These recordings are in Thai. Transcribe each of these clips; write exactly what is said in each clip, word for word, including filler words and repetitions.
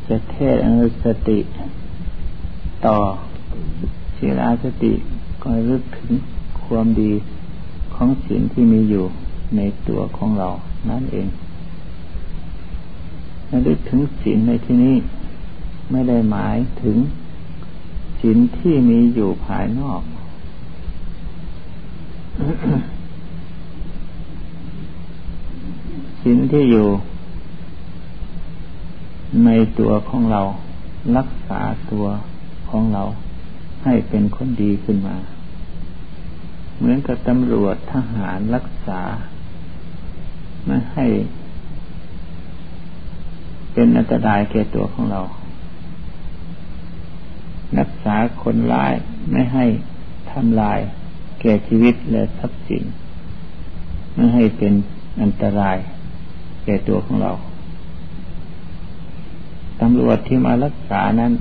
จะเทศอนุสติต่อศีลาสติก็รึกถึงความดีของศีลที่มีอยู่ในตัวของเรานั่นเองระลึกถึงศีลในที่นี้ไม่ได้หมายถึงศีลที่มีอยู่ภายนอก ศีลที่อยู่ในตัวของเรารักษาตัวของเราให้เป็นคนดีขึ้นมาเหมือนกับตำรวจทหารรักษาไม่ให้เป็นอันตรายแก่ตัวของเรารักษาคนร้ายไม่ให้ทำลายแก่ชีวิตและทรัพย์สินไม่ให้เป็นอันตรายแก่ตัวของเราตำรวจที่มารักษานั้น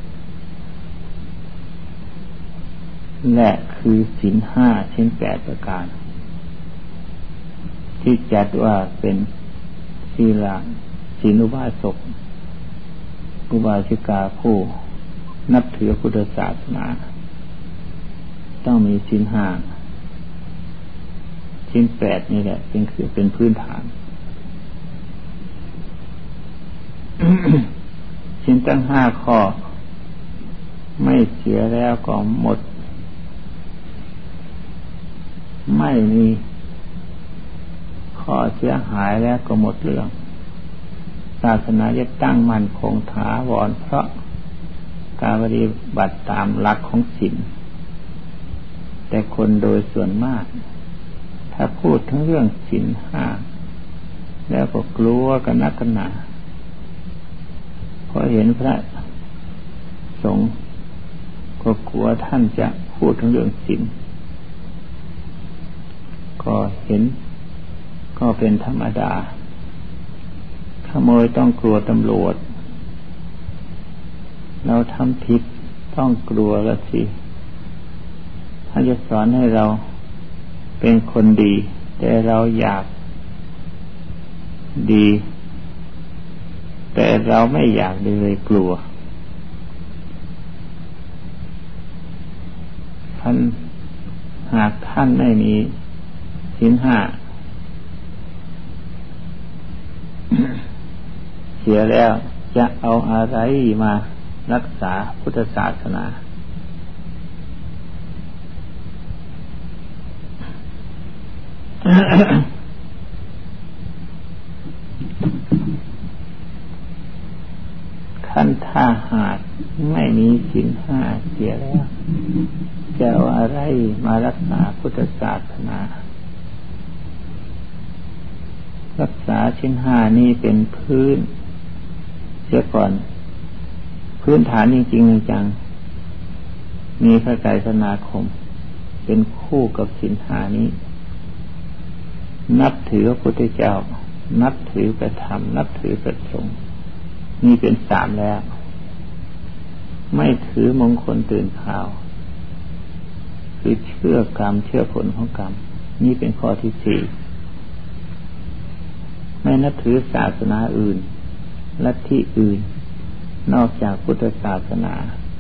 และคือศีลห้าศีลแปดประการที่จัดว่าเป็นศีลศีลอุบาสกอุบาสิกาผู้นับถือพุทธศาสนาต้องมีศีลห้าศีลแปดนี่แหละเป็นคือเป็นพื้นฐาน ศีลตั้งห้าข้อไม่เสียแล้วก็หมดไม่มีข้อเสียหายแล้วก็หมดเรื่องศาสนาจะตั้งมั่นคงถาวรเพราะการปฏิบัติตามหลักของศีลแต่คนโดยส่วนมากถ้าพูดถึงเรื่องศีลห้าแล้วก็กลัวกันนักกันหนาเพราะเห็นพระสงฆ์ก็กลัวท่านจะพูดถึงเรื่องศีลก็เห็นก็เป็นธรรมดาขโมยต้องกลัวตำรวจเราทำผิดต้องกลัวละสิท่านจะสอนให้เราเป็นคนดีแต่เราอยากดีแต่เราไม่อยากดีเลยกลัวท่านหากท่านไม่มีศีลห้า เสียแล้วจะเอาอะไรมารักษาพุทธศาสนา ขั้นถ้าหากไม่มีศีลห้าเสียแล้วจะเอาอะไรมารักษาพุทธศาสนารักษาศีลห้านี้เป็นพื้นเสียก่อนพื้นฐานจริงๆจังมีพระไตรสนาคมเป็นคู่กับศีลห้านี้นับถือพระพุทธเจ้านับถือพระธรรมนับถือพระสงฆ์นี่เป็นสามแล้วไม่ถือมงคลตื่นข่าวคือเชื่อกรรมเชื่อผลของกรรมนี่เป็นข้อที่สี่ไม่นับถือศาสนาอื่นลัทธิอื่นนอกจากพุทธศาสนา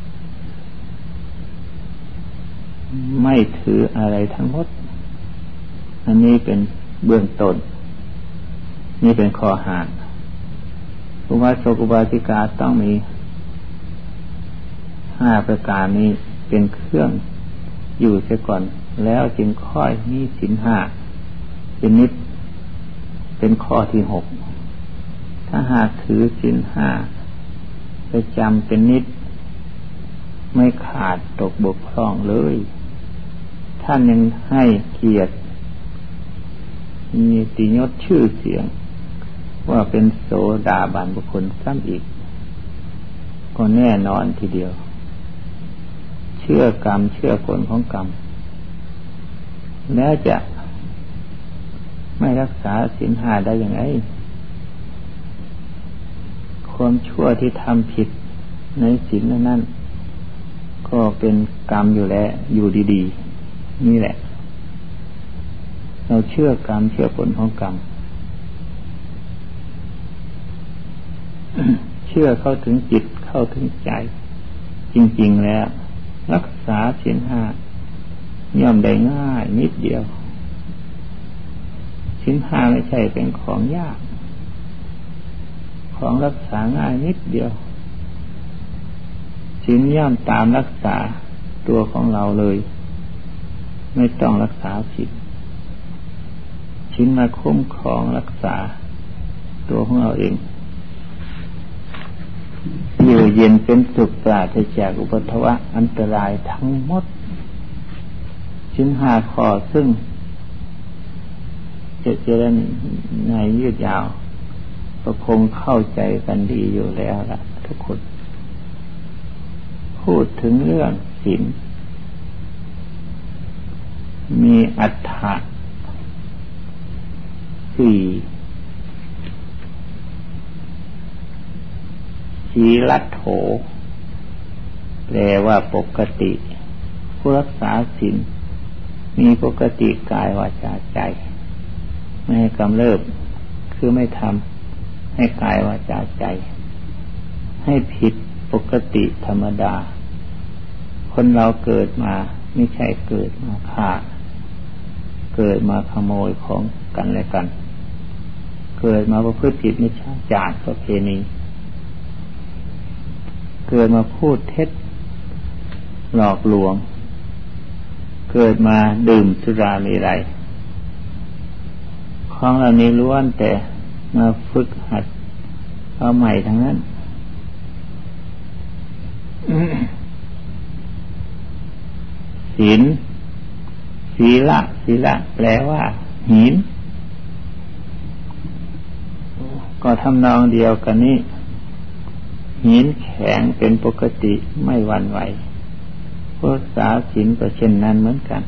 ไม่ถืออะไรทั้งหมดอันนี้เป็นเบื้องต้นนี่เป็นข้อห้าอุบาสกอุบาสิกาต้องมีห้าประการนี้เป็นเครื่องอยู่เสียก่อนแล้วจึงค่อยมีศีลห้าเป็นนิดเป็นข้อที่หกถ้าหากถือศีลห้าไปจำเป็นนิดไม่ขาดตกบกพร่องเลยท่านยังให้เกียรติมีติยศชื่อเสียงว่าเป็นโสดาบันบุคคลซ้ำอีกก็แน่นอนทีเดียวเชื่อกรรมเชื่อผลของกรรมแล้วจะไม่รักษาศีลห้าได้ยังไงความชั่วที่ทำผิดในศีลนั้นก็เป็นกรรมอยู่แล้วอยู่ดีๆนี่แหละเราเชื่อกรรมเชื่อผลของกรรม เเชื่อเข้าถึงจิตเข้าถึงใจจริงๆแล้วรักษาศีลห้าย่อมได้ง่ายนิดเดียวศีลห้าไม่ใช่เป็นของยากของรักษาง่ายนิดเดียวศีลย่อมตามรักษาตัวของเราเลยไม่ต้องรักษาศีลศีลมาคุ้มครองรักษาตัวของเราเองอยู่เย็นเป็นสุขปราศจากอุปทวะอันตรายทั้งหมดศีลห้าข้อซึ่งจะเจริญในยืดยาวก็คงเข้าใจกันดีอยู่แล้วล่ะทุกคนพูดถึงเรื่องศีลมีอรรถะสี่ศีลัตโถแปลว่าปกติผู้รักษาศีลมีปกติกายวาจาใจไม่ให้กำเริบคือไม่ทำให้กายวาจาใจให้ผิดปกติธรรมดาคนเราเกิดมาไม่ใช่เกิดมาฆ่าเกิดมาขโมยของกันและกันเกิดมาประพฤติผิดมิจฉาจารประเพณีเกิดมาพูดเท็จหลอกลวงเกิดมาดื่มสุราเมรัยของเหล่านี้ล้วนแต่มาฝึกหัดเอาใหม่ทั้งนั้น ศีลศีละศีละแปลว่าหินก็ทำนองเดียวกันนี้หินแข็งเป็นปกติไม่หวั่นไหวผู้รักษาศีลก็เช่นนั้นเหมือนกัน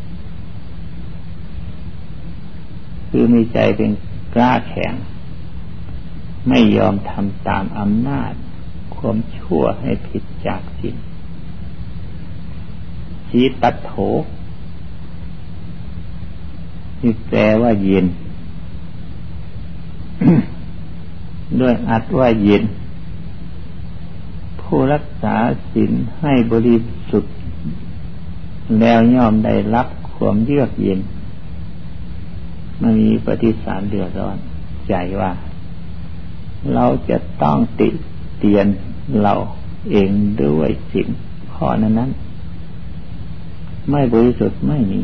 คือมีใจเป็นกล้าแข็งไม่ยอมทำตามอำนาจความชั่วให้ผิดจากศีลชีตัตโถนี่แปลว่าเย็น ด้วยอัดว่าเย็นผู้รักษาศีลให้บริสุทธิ์แล้วย่อมได้รับความเยือกเย็นไม่มีปฏิสารเดือดร้อนใจว่าเราจะต้องติเตียนเราเองด้วยศีลข้อนั้นนั้นไม่บริสุทธิ์ไม่มี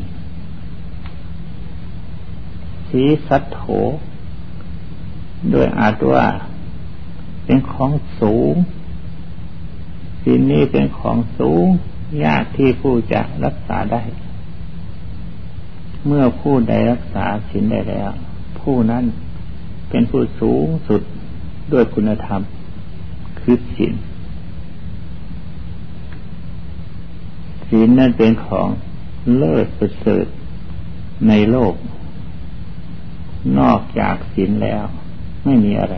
สีสัตโถโดยอาจว่าเป็นของสูงศีลนี้เป็นของสูงยากที่ผู้จะรักษาได้เมื่อผู้ใดรักษาศีลได้แล้วผู้นั้นเป็นผู้สูงสุดด้วยคุณธรรมคือศีลศีลนั้นเป็นของเลิศประเสริฐในโลกนอกจากศีลแล้วไม่มีอะไร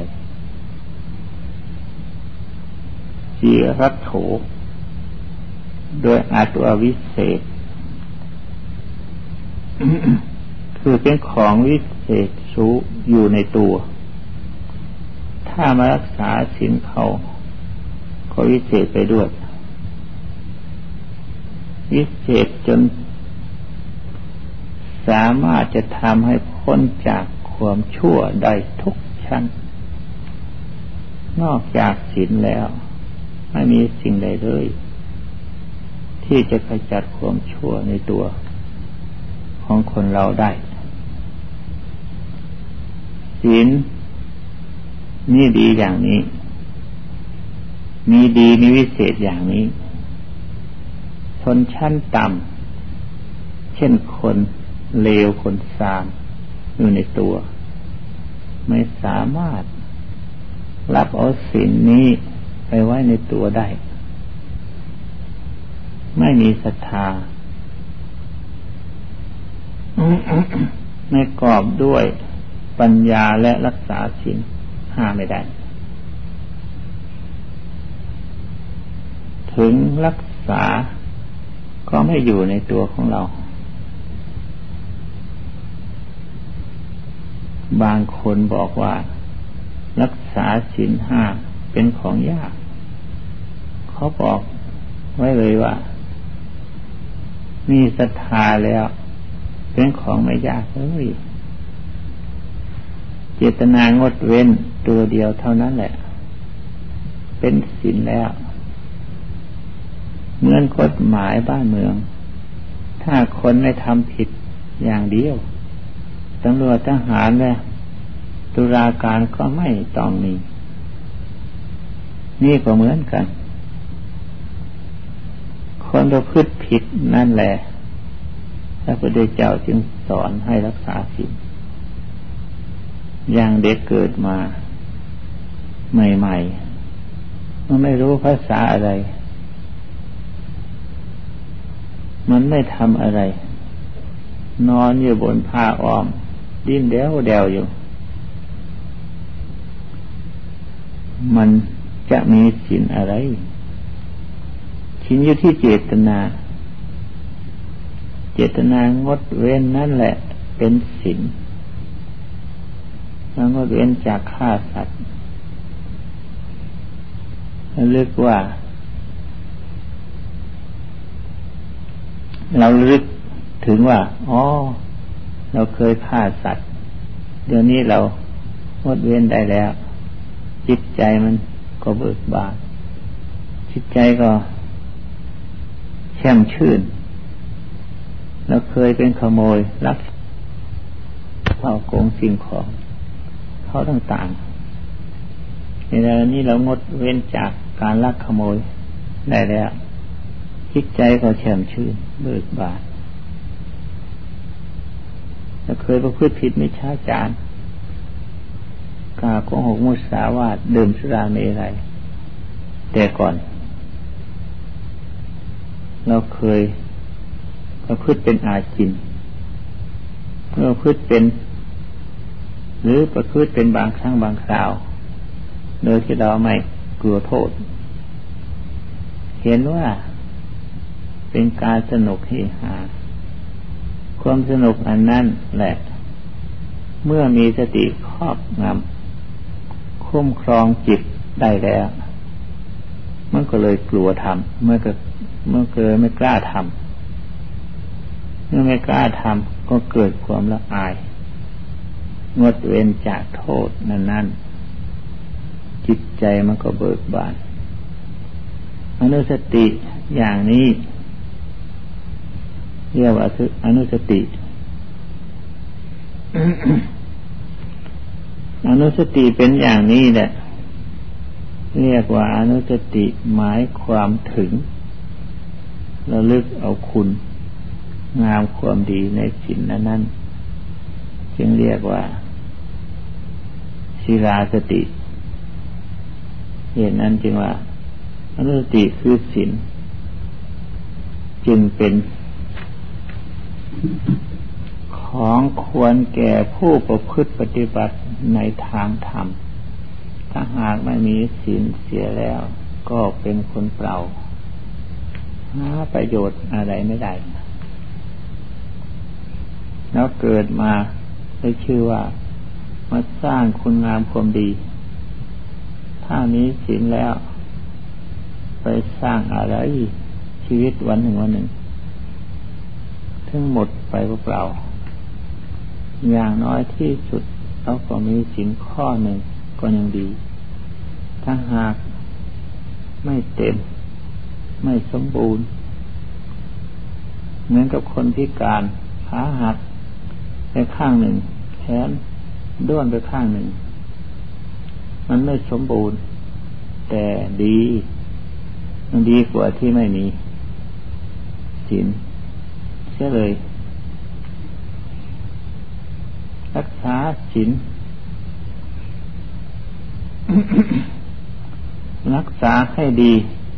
จีรัตโถโดยอาตววิเศษ คือเป็นของวิเศษสูงอยู่ในตัวถ้ามารักษาศีลเขาก็วิเศษไปด้วยวิเศษจนสามารถจะทำให้พ้นจากความชั่วได้ทุกชั้นนอกจากศีลแล้วไม่มีสิ่งใดเลยที่จะขจัดความชั่วในตัวของคนเราได้ศีลนี่ดีอย่างนี้มีดีมีวิเศษอย่างนี้ชนชั้นต่ำเช่นคนเลวคนทรามอยู่ในตัวไม่สามารถรับเอาศีลนี้ไปไว้ในตัวได้ไม่มีศรัทธา ไม่กอบด้วยปัญญาและรักษาศีลห้าไม่ได้ถึงรักษาก็ไม่อยู่ในตัวของเราบางคนบอกว่ารักษาศีลห้าเเป็นของยากเขาบอกไว้เลยว่ามีศรัทธาแล้วเป็นของไม่ยากเลยเจตนางดเว้นตัวเดียวเท่านั้นแหละเป็นศีลแล้วเหมือนกฎหมายบ้านเมืองถ้าคนไม่ทำผิดอย่างเดียวตำรวจทหารและตุลาการก็ไม่ต้องมีนี่ก็เหมือนกันคนประพฤติผิดนั่นแหละพระพุทธเจ้าจึงสอนให้รักษาศีลอย่างเด็กเกิดมาใหม่ๆมันไม่รู้ภาษาอะไรมันไม่ทำอะไรนอนอยู่บนผ้าอ้อมดิ้นเดวเดวอยู่มันจะมีศีลอะไรศีลอยู่ที่เจตนาเจตนางดเว้นนั่นแหละเป็นศีลงดเว้นจากฆ่าสัตว์เรียกว่าเราลึกถึงว่าอ๋อเราเคยฆ่าสัตว์เดี๋ยวนี้เรางดเว้นได้แล้วจิตใจมันก็เบิกบานจิตใจก็แช่มชื่นเราเคยเป็นขโมยลักเข้าโกงสิ่งของเขาต่างๆในเวลานี้เรางดเว้นจากการลักขโมยได้แล้วจิตใจก็แช่มชื่นเบิกบานเราเคยประพฤติผิดมิจฉาจารกล่าวโกหกมุสาวาทดื่มสุราเมรัยแต่ก่อนเราเคยประพฤติเป็นอาจินเราประพฤติเป็นหรือประพฤติเป็นบางครั้งบางคราวโดยที่เราไม่กลัวโทษเห็นว่าเป็นการสนุกเฮฮาความสนุกอันนั้นแหละเมื่อมีสติครอบงำคุ้มครองจิตได้แล้วมันก็เลยกลัวทำเมื่อก็เมื่อเกิดไม่กล้าทำเมื่อไม่กล้าทำก็เกิดความละอายงดเว้นจากโทษนั้นๆจิตใจมันก็เบิกบานอนุสติอย่างนี้เรียกว่าอนุสติ อนุสติเป็นอย่างนี้แหละเรียกว่าอนุสติหมายความถึงระลึกเอาคุณงามความดีในศีลนั้นๆจึงเรียกว่าศีลาสติเหตุนั้นจึงว่าอนุสติคือศีลจึงเป็นของควรแก่ผู้ประพฤติปฏิบัติในทางธรรมถ้าหากไม่มีศีลเสียแล้วก็เป็นคนเปล่าหาประโยชน์อะไรไม่ได้แล้วเกิดมาได้ชื่อว่ามาสร้างคุณงามความดีถ้ามีศีลแล้วไปสร้างอะไรชีวิตวันหนึ่งวันหนึ่งทั้งหมดไปเปล่าๆอย่างน้อยที่สุดเราก็มีศีลข้อหนึ่งก็ยังดีถ้าหากไม่เต็มไม่สมบูรณ์เหมือนกับคนพิการขาหักไปข้างหนึ่งแขนด้วนไปข้างหนึ่งมันไม่สมบูรณ์แต่ดีมันดีกว่าที่ไม่มีศีลเสียเลยรักษาศีล รักษาให้ดี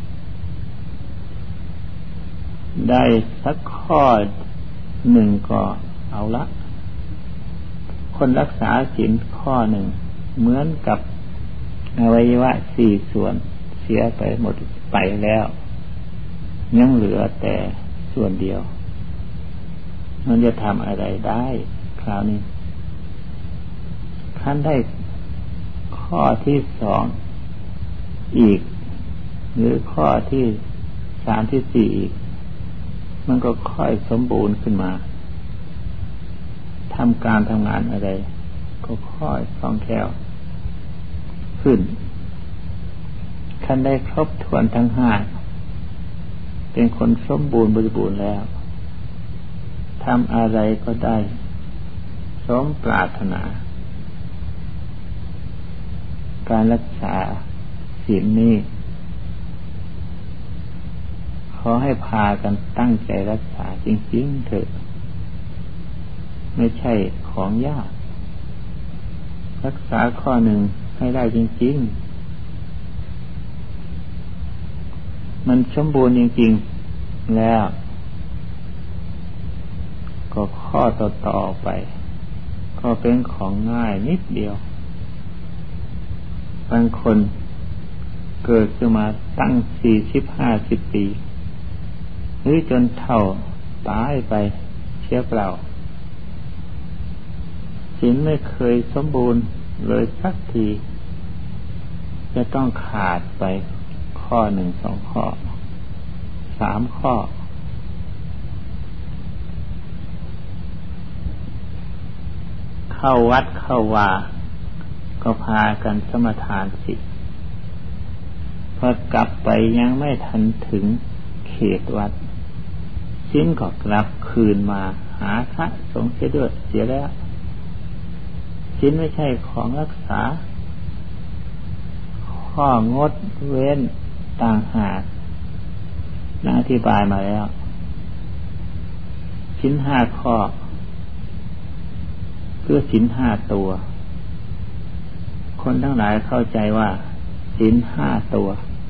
ได้สักข้อหนึ่งก็เอาละคนรักษาศีลข้อหนึ่งเหมือนกับอวัยวะสี่ส่วนเสียไปหมดไปแล้วยังเหลือแต่ส่วนเดียวมันจะทำอะไรได้คราวนี้ขั้นได้ข้อที่สองอีกหรือข้อที่สามที่สี่อีกมันก็ค่อยสมบูรณ์ขึ้นมาทำการทำงานอะไรก็ค่อยคล่องแคล่วขึ้นท่านได้ครบถ้วนทั้งห้าเป็นคนสมบูรณ์บริบูรณ์แล้วทำอะไรก็ได้สมปรารถนาการรักษาศีลนี้ขอให้พากันตั้งใจรักษาจริงๆเถอะไม่ใช่ของยากรักษาข้อหนึ่งให้ได้จริงๆมันสมบูรณ์จริงๆแล้วก็ข้อต่อๆไปก็เป็นของง่ายนิดเดียวบางคนเกิดขึ้นมาตั้งสี่สิบห้าสิบปีหรือจนเฒ่าตายไปเสียเปล่าศีลไม่เคยสมบูรณ์เลยสักทีจะต้องขาดไปข้อหนึ่งสองข้อสามข้อเข้าวัดเข้าวาก็พากันสมทานศีลพอกลับไปยังไม่ทันถึงเขตวัดศีลก็กลับคืนมาหาพระสงฆ์เสียด้วยเสียแล้วศีลไม่ใช่ของรักษาข้องดเว้นต่างหากน่าอธิบายมาแล้วศีลห้าข้อคือศีลห้าตัวคนทั้งหลายเข้าใจว่าศีลห้าตัว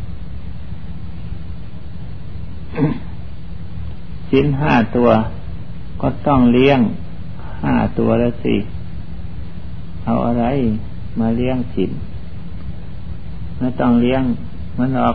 ศีลห้าตัวก็ต้องเลี้ยงห้าตัวแล้วสิเอาอะไรมาเลี้ยงศีลไม่ต้องเลี้ยงมันออก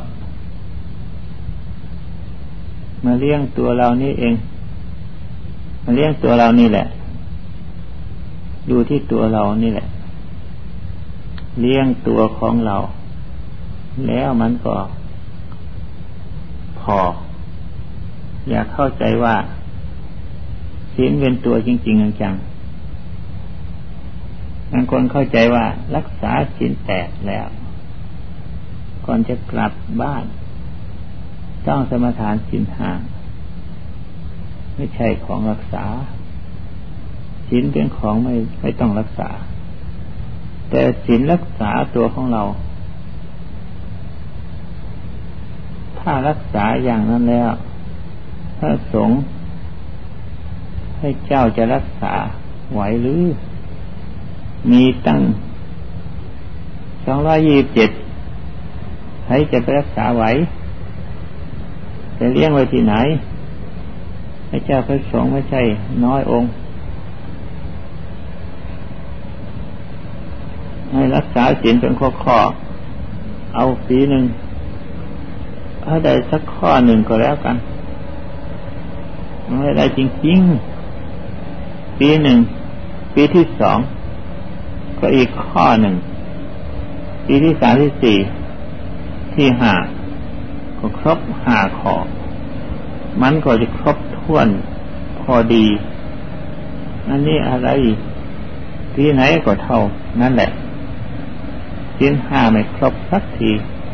มาเลี้ยงตัวเรานี่เองมาเลี้ยงตัวเรานี่แหละดูที่ตัวเรานี่แหละเลี้ยงตัวของเราแล้วมันก็พออย่าเข้าใจว่าศีลเป็นตัวจริงๆจังๆบางคนเข้าใจว่ารักษาศีลแปดแล้วก่อนจะกลับบ้านต้องสมาทานศีลห้าไม่ใช่ของรักษาศีลเป็นของไม่ไม่ต้องรักษาแต่ศีลรักษาตัวของเราถ้ารักษาอย่างนั้นแล้วพระสงฆ์ให้เจ้าจะรักษาไหวหรือมีตั้งสองร้อยยี่สิบเจ็ดใครจะไปรักษาไหวจะเลี้ยงไว้ที่ไหนพระเจ้าพระสงฆ์ไม่ใช่น้อยองค์ให้รักษาศีลเป็นข้อๆเอาปีหนึ่งเอาได้สักข้อหนึ่งก็แล้วกันไม่ได้จริงๆปีหนึ่งปีที่สองก็อีกข้อหนึ่งปีที่สามที่สี่ที่ห้าก็ครบห้าข้อมันก็จะครบถ้วนพอดีอันนี้อะไรที่ไหนก็เท่านั่นแหละศีลห้าไม่ครบสักที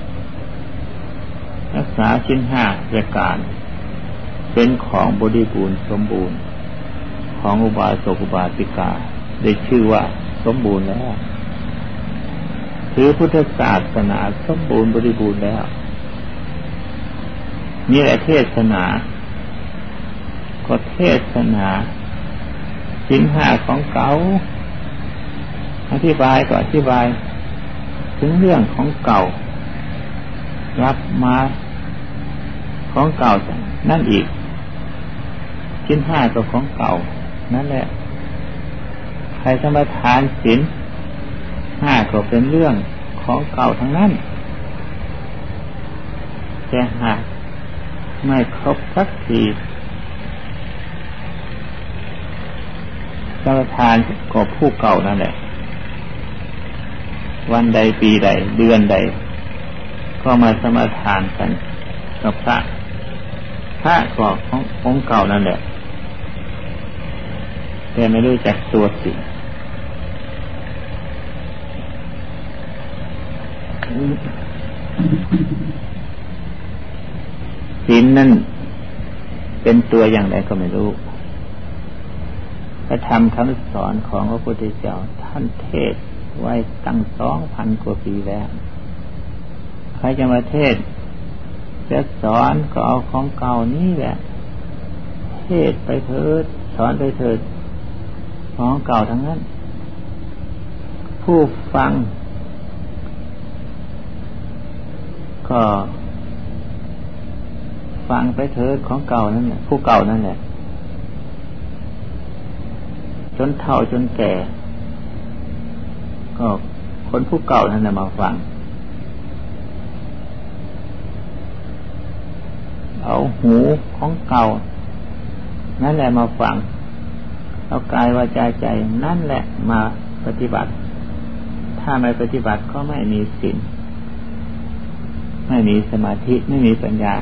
รักษาศีลห้าประการเป็นของบริบูรณ์สมบูรณ์ของอุบาสกอุบาสิกาได้ชื่อว่าสมบูรณ์แล้วถือพุทธศาสนาสมบูรณ์บริบูรณ์แล้วนี่แหละเทศนาก็เทศนาศีลห้าของเก่าอธิบายก็อธิบายถึงเรื่องของเก่ารับมาของเก่านั่นอีกศีลห้าตัวของเก่านั่นแหละใครสมาทานศีลห้าก็เป็นเรื่องของเก่าทั้งนั้นแต่หากไม่ครบสักทีสมาทานก็ผู้เก่านั่นแหละวันใดปีใดเดือนใดก็มาสมาทานกันกับพระพระก็ขององค์เก่านั่นแหละแต่ไม่รู้จักตัวสิศีลนั่นเป็นตัวอย่างไรก็ไม่รู้พระธรรมคำสอนของพระพุทธเจ้าท่านเทศไว้ตั้งสองพันกว่าปีแล้วใครจะมาเทศจะสอนก็เอาของเก่านี้แหละเทศไปเถิดสอนไปเถิดของเก่าทั้งนั้นผู้ฟังก็ฟังไปเถิดของเก่านั่นแหละผู้เก่านั่นแหละจนเฒ่าจนแก่ก็คนผู้เก่านั่นแหละมาฟังเอาหูของเก่านั่นแหละมาฟังเอากายวาจาใจนั่นแหละมาปฏิบัติถ้าไม่ปฏิบัติก็ไม่มีศีลไม่มีสมาธิไม่มีปัญญา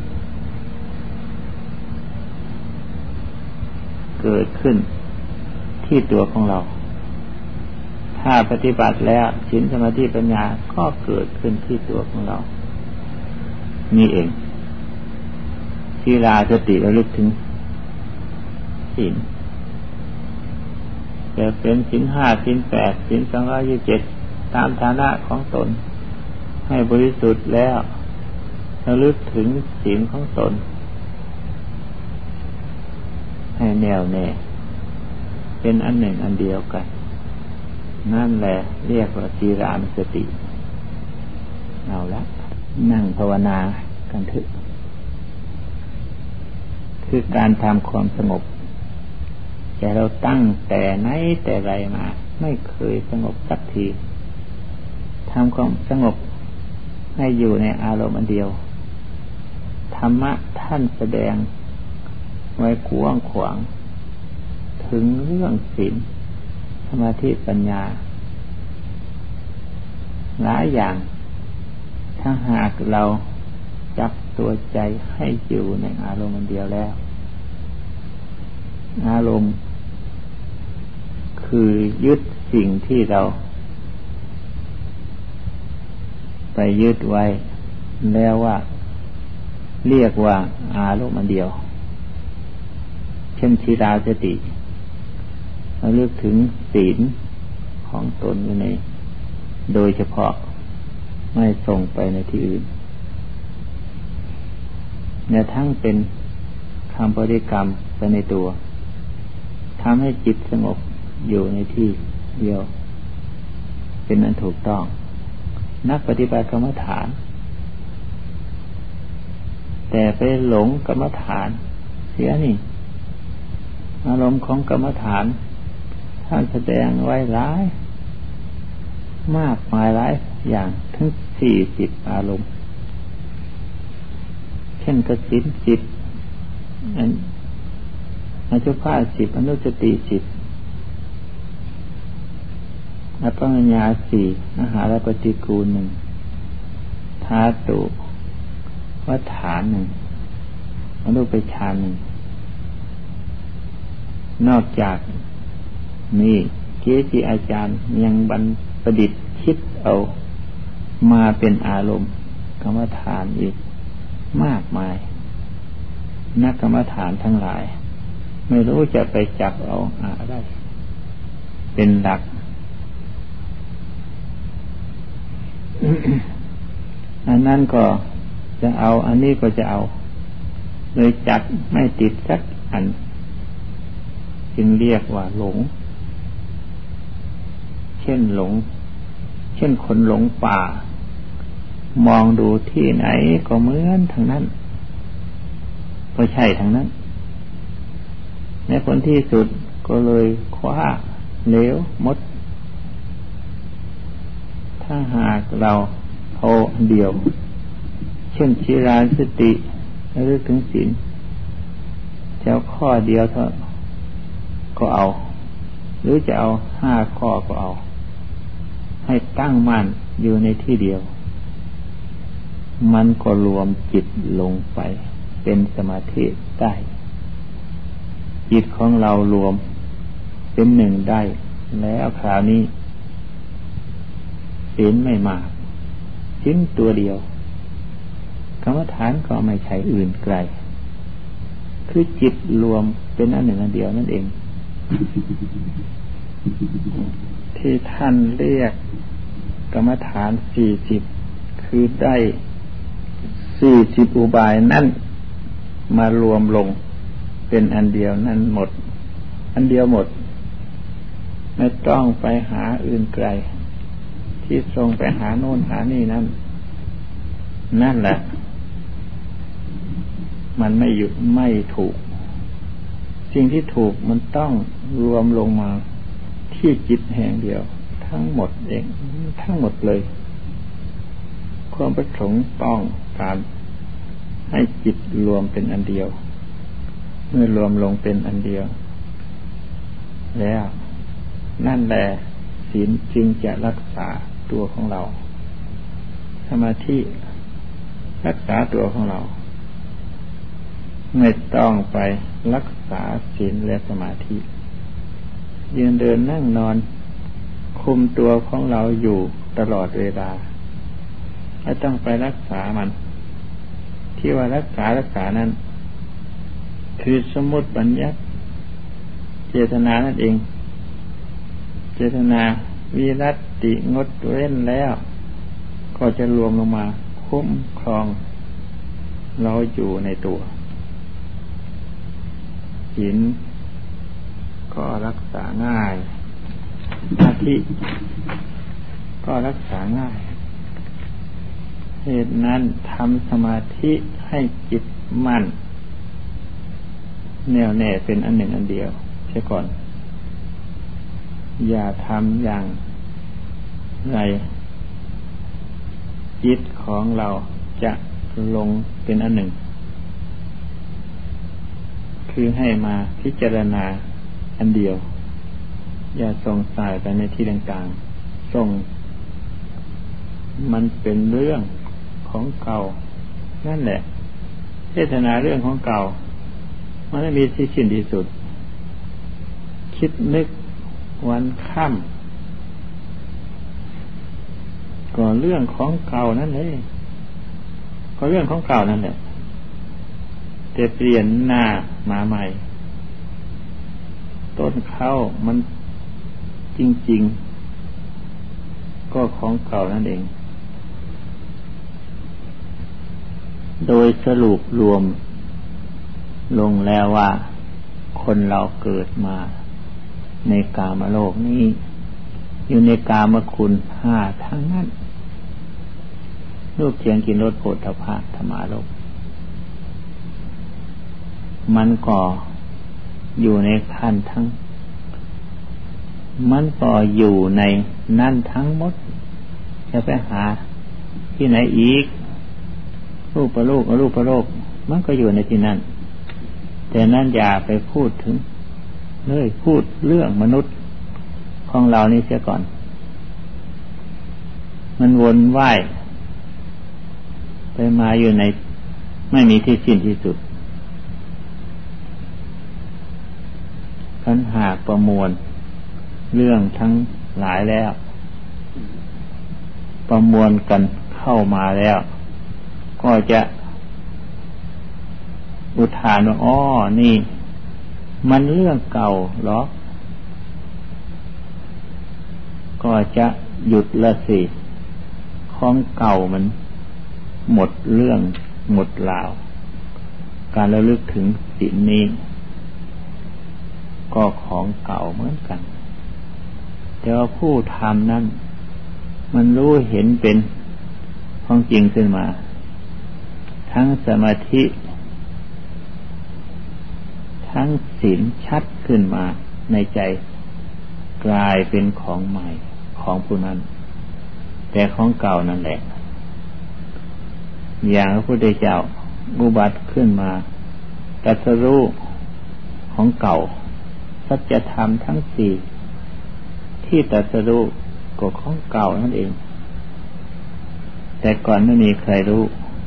เกิดขึ้นที่ตัวของเราถ้าปฏิบัติแล้วศีลสมาธิปัญญาก็เกิดขึ้นที่ตัวของเรานี่เองศีลาสติระลึกถึงศีลจะเป็นศีลห้าศีลแปดศีลสองร้อยยี่สิบเจ็ดตามฐานะของตนให้บริสุทธิ์แล้วระลึกถึงศีลของตนให้แน่วแน่เป็นอันหนึ่งอันเดียวกันนั่นแหละเรียกว่าศีลานุสติเอาละนั่งภาวนากันเถอะคือการทำความสงบแต่เราตั้งแต่ไหนแต่ไรมาไม่เคยสงบสักทีทำความสงบให้อยู่ในอารมณ์อันเดียวธรรมะท่านแสดงไว้กว้างขวางถึงเรื่องศีลสมาธิปัญญาหลายอย่างถ้าหากเราจับตัวใจให้อยู่ในอารมณ์อันเดียวแล้วอารมณ์คือยึดสิ่งที่เราไปยึดไว้แล้วว่าเรียกว่าอารมณ์อันเดียวเช่นศีลาสติระลึกถึงศีลของตนอยู่ในโดยเฉพาะไม่ส่งไปในที่อื่นเนี่ยทั้งเป็นคำบริกรรมไปในตัวทำให้จิตสงบอยู่ในที่เดียวเป็นอันถูกต้องนักปฏิบัติกรรมฐานแต่ไปหลงกรรมฐานเสียนี่อารมณ์ของกรรมฐานท่านแสดงไว้หลายมากมายหลายอย่างถึงสี่สิบอารมณ์เช่นกสิณจิตอสุภะสิบอนุสติสิบอปัญญาสี่อาหารปฏิกูลหนึ่งธาตุวัฏฐานหนึ่งอนุปฌานหนึ่งนอกจากนี้เกจิอาจารย์ยังบัณประดิษฐ์คิดเอามาเป็นอารมณ์กรรมฐานอีกมากมายนักกรรมฐานทั้งหลายไม่รู้จะไปจับเอาอะไรเป็นหลัก อันนั้นก็จะเอาอันนี้ก็จะเอาเลยจับไม่ติดสักอันจึงเรียกว่าหลงเช่นหลงเช่นคนหลงป่ามองดูที่ไหนก็เหมือนทางนั้นก็ใช่ทางนั้นในผลที่สุดก็เลยคว้าเหลวหมดถ้าหากเราเอาอันเดียวเช่นศีลาสติระลึกถึงศีลจะเอาข้อเดียวเท่าก็เอาหรือจะเอาห้าข้อก็เอาให้ตั้งมั่นอยู่ในที่เดียวมันก็รวมจิตลงไปเป็นสมาธิได้จิตของเรารวมเป็นหนึ่งได้แล้วคราวนี้ศีลไม่มากศีลตัวเดียวกรรมฐานก็ไม่ใช่อื่นไกลคือจิตรวมเป็นอันหนึ่งอันเดียวนั่นเองที่ท่านเรียกกรรมฐานสี่สิบคือได้สี่สิบอุบายนั่นมารวมลงเป็นอันเดียวนั่นหมดอันเดียวหมดไม่ต้องไปหาอื่นไกลที่ทรงไปหาโน่นหานี่นั่นนั่นแหละมันไม่อยู่ไม่ถูกสิ่งที่ถูกมันต้องรวมลงมาที่จิตแห่งเดียวทั้งหมดเองทั้งหมดเลยความประสงค์ต้องการให้จิตรวมเป็นอันเดียวเมื่อรวมลงเป็นอันเดียวแล้วนั่นแหละศีลจึงจะรักษาตัวของเราสมาธิรักษาตัวของเราไม่ต้องไปรักษาศีลและสมาธิยืนเดินนั่งนอนคุมตัวของเราอยู่ตลอดเวลาไม่ต้องไปรักษามันที่ว่ารักษารักษานั้นคือสมมุติบัญญัติเจตนานั่นเองเจตนาวิรัติงดเว้นแล้วก็จะรวมลงมาคุ้มครองเราอยู่ในตัวศีลก็รักษาง่ายสมาธิก็รักษาง่ายเหตุนั้นทำสมาธิให้จิตมั่นแน่วแน่เป็นอันหนึ่งอันเดียวเสียก่อนอย่าทำอย่างไรจิตของเราจะลงเป็นอันหนึ่งคือให้มาพิจารณาอันเดียวอย่าส่งสายไปในที่ต่างๆส่งมันเป็นเรื่องของเก่านั่นแหละเทศนาเรื่องของเก่ามันไม่มีที่สิ้นที่สุดคิดนึกวันค่ำก็เรื่องของเก่านั่นเลยก็เรื่องของเก่านั่นแหละแต่เปลี่ยนหน้ามาใหม่ต้นเข้ามันจริงๆก็ของเก่านั่นเองโดยสรุปรวมลงแล้วว่าคนเราเกิดมาในกามโลกนี้อยู่ในกามคุณห้าทั้งนั้นรูปเสียงกลิ่นรสโผฏฐัพพะธรรมารมณ์มันก็อยู่ในขั้นทั้งมันก็อยู่ในนั่นทั้งหมดจะไปหาที่ไหนอีกรูปประโลกอรูปประโลกมันก็อยู่ในที่นั่นแต่นั้นอย่าไปพูดถึงเลยพูดเรื่องมนุษย์ของเรานี่เสียก่อนมันวนว่ายไปมาอยู่ในไม่มีที่สิ้นที่สุดขันหากประมวลเรื่องทั้งหลายแล้วประมวลกันเข้ามาแล้วก็จะอุทานว่าอ้อนี่มันเรื่องเก่าหรอก็จะหยุดละสิของเก่ามันหมดเรื่องหมดราวการระลึกถึงสิ่งนี้ก็ของเก่าเหมือนกันแต่ว่าผู้ทำนั้นมันรู้เห็นเป็นของจริงขึ้นมาทั้งสมาธิทั้งศีลชัดขึ้นมาในใจกลายเป็นของใหม่ของผู้นั้นแต่ของเก่านั่นแหละอย่างพระพุทธเจ้าอุบัติขึ้นมาตรัสรู้ของเก่าสัจธรรมทั้งสี่ที่ตรัสรู้ก็ของเก่านั่นเองแต่ก่อนไม่มีใครรู้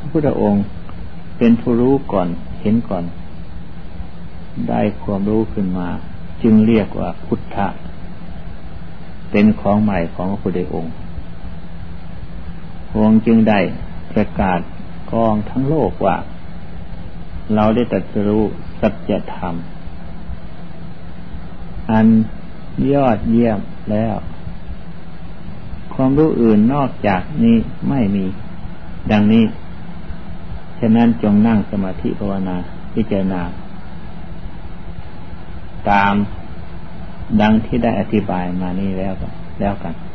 ระพุทธองค์เป็นผู้รู้ก่อนเห็นก่อนได้ความรู้ขึ้นมาจึงเรียกว่าพุทธะเป็นของใหม่ของพระพุทธองค์องค์จึงได้ประกาศกองทั้งโลกว่าเราได้ตรัสรู้สัจธรรมอันยอดเยี่ยมแล้วความรู้อื่นนอกจากนี้ไม่มีดังนี้ฉะนั้นจงนั่งสมาธิภาวนาพิจารณาตามดังที่ได้อธิบายมานี้แล้วกันแล้วกัน